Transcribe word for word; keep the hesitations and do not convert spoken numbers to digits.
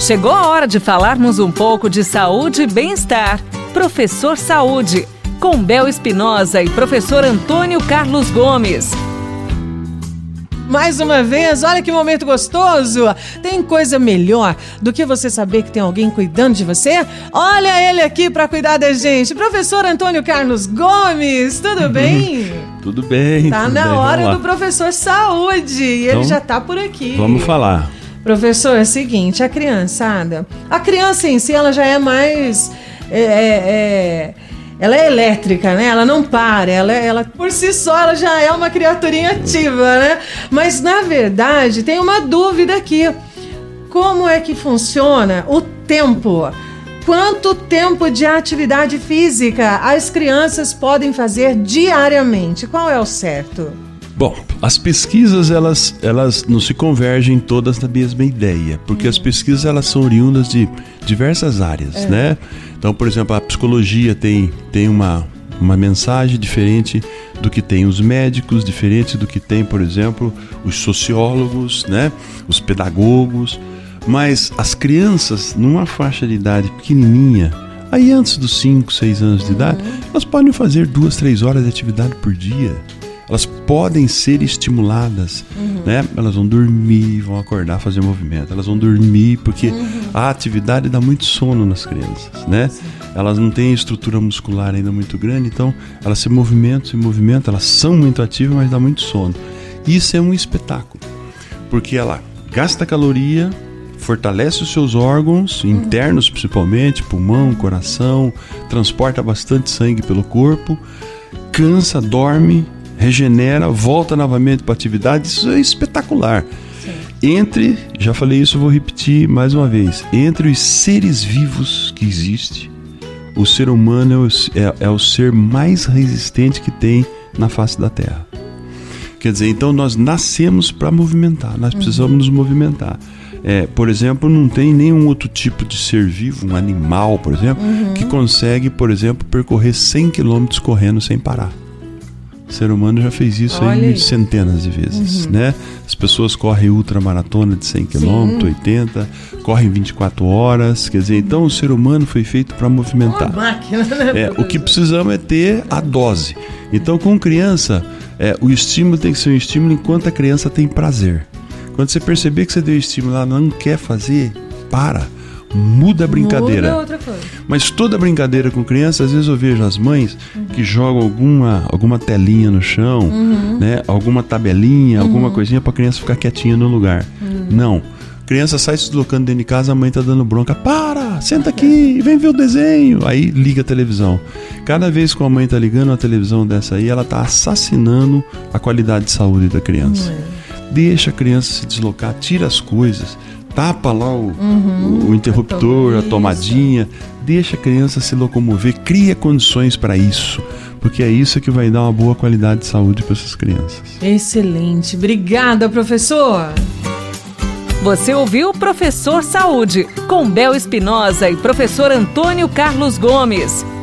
Chegou a hora de falarmos um pouco de saúde e bem-estar. Professor Saúde, com Bel Espinosa e professor Antônio Carlos Gomes. Mais uma vez, olha que momento gostoso! Tem coisa melhor do que você saber que tem alguém cuidando de você? Olha ele aqui para cuidar da gente, professor Antônio Carlos Gomes, tudo bem? Tudo bem. Tá tudo na bem, hora do professor Saúde e então, ele já tá por aqui. Vamos falar. Professor, é o seguinte, a criançada, a criança em si, ela já é mais... É, é, ela é elétrica, né? Ela não para, ela, ela por si só ela já é uma criaturinha ativa, né? Mas na verdade tem uma dúvida aqui. Como é que funciona o tempo? Quanto tempo de atividade física as crianças podem fazer diariamente? Qual é o certo? Bom, as pesquisas elas, elas não se convergem todas na mesma ideia, porque hum. as pesquisas elas são oriundas de diversas áreas, é. né? Então, por exemplo, a psicologia tem, tem uma, uma mensagem diferente do que tem os médicos, diferente do que tem, por exemplo, os sociólogos, né? Os pedagogos. Mas as crianças, numa faixa de idade pequenininha, aí antes dos cinco, seis anos de uhum. idade, elas podem fazer duas, três horas de atividade por dia. Elas podem ser estimuladas, uhum. né? Elas vão dormir, vão acordar, fazer movimento. Elas vão dormir porque uhum. a atividade dá muito sono nas crianças, né? Sim. Elas não têm estrutura muscular ainda muito grande, então elas se movimentam, se movimentam, elas são muito ativas, mas dá muito sono. Isso é um espetáculo, porque ela gasta caloria, fortalece os seus órgãos uhum. internos principalmente, pulmão, coração, transporta bastante sangue pelo corpo, cansa, dorme, regenera, volta novamente para a atividade. Isso é espetacular. Sim. Entre, já falei isso, vou repetir mais uma vez, entre os seres vivos que existe, o ser humano é o, é, é o ser mais resistente que tem na face da Terra. Quer dizer, então nós nascemos para movimentar, nós precisamos uhum. nos movimentar. É, por exemplo, não tem nenhum outro tipo de ser vivo, um animal, por exemplo, uhum. que consegue, por exemplo, percorrer cem quilômetros correndo sem parar. O ser humano já fez isso aí, aí centenas de vezes, uhum. né? As pessoas correm ultramaratona de cem quilômetros, oitenta, correm vinte e quatro horas, quer dizer, então o ser humano foi feito para movimentar. Uma máquina, né? É, o que precisamos é ter a dose. Então, com criança, é, o estímulo tem que ser um estímulo enquanto a criança tem prazer. Quando você perceber que você deu estímulo e ela não quer fazer, para. Muda a brincadeira. Muda outra coisa. Mas toda brincadeira com criança, às vezes eu vejo as mães uhum. que jogam alguma, alguma telinha no chão, uhum. né? Alguma tabelinha, uhum. alguma coisinha para a criança ficar quietinha no lugar. Uhum. Não. Criança sai se deslocando dentro de casa, a mãe tá dando bronca. Para, senta aqui, vem ver o desenho. Aí liga a televisão. Cada vez que a mãe tá ligando a televisão dessa aí, ela tá assassinando a qualidade de saúde da criança. Uhum. Deixa a criança se deslocar, tira as coisas. Tapa lá o, uhum, o interruptor, a tomadinha, deixa a criança se locomover, cria condições para isso, porque é isso que vai dar uma boa qualidade de saúde para essas crianças. Excelente, obrigada, professor! Você ouviu Professor Saúde, com Bel Espinosa e professor Antônio Carlos Gomes.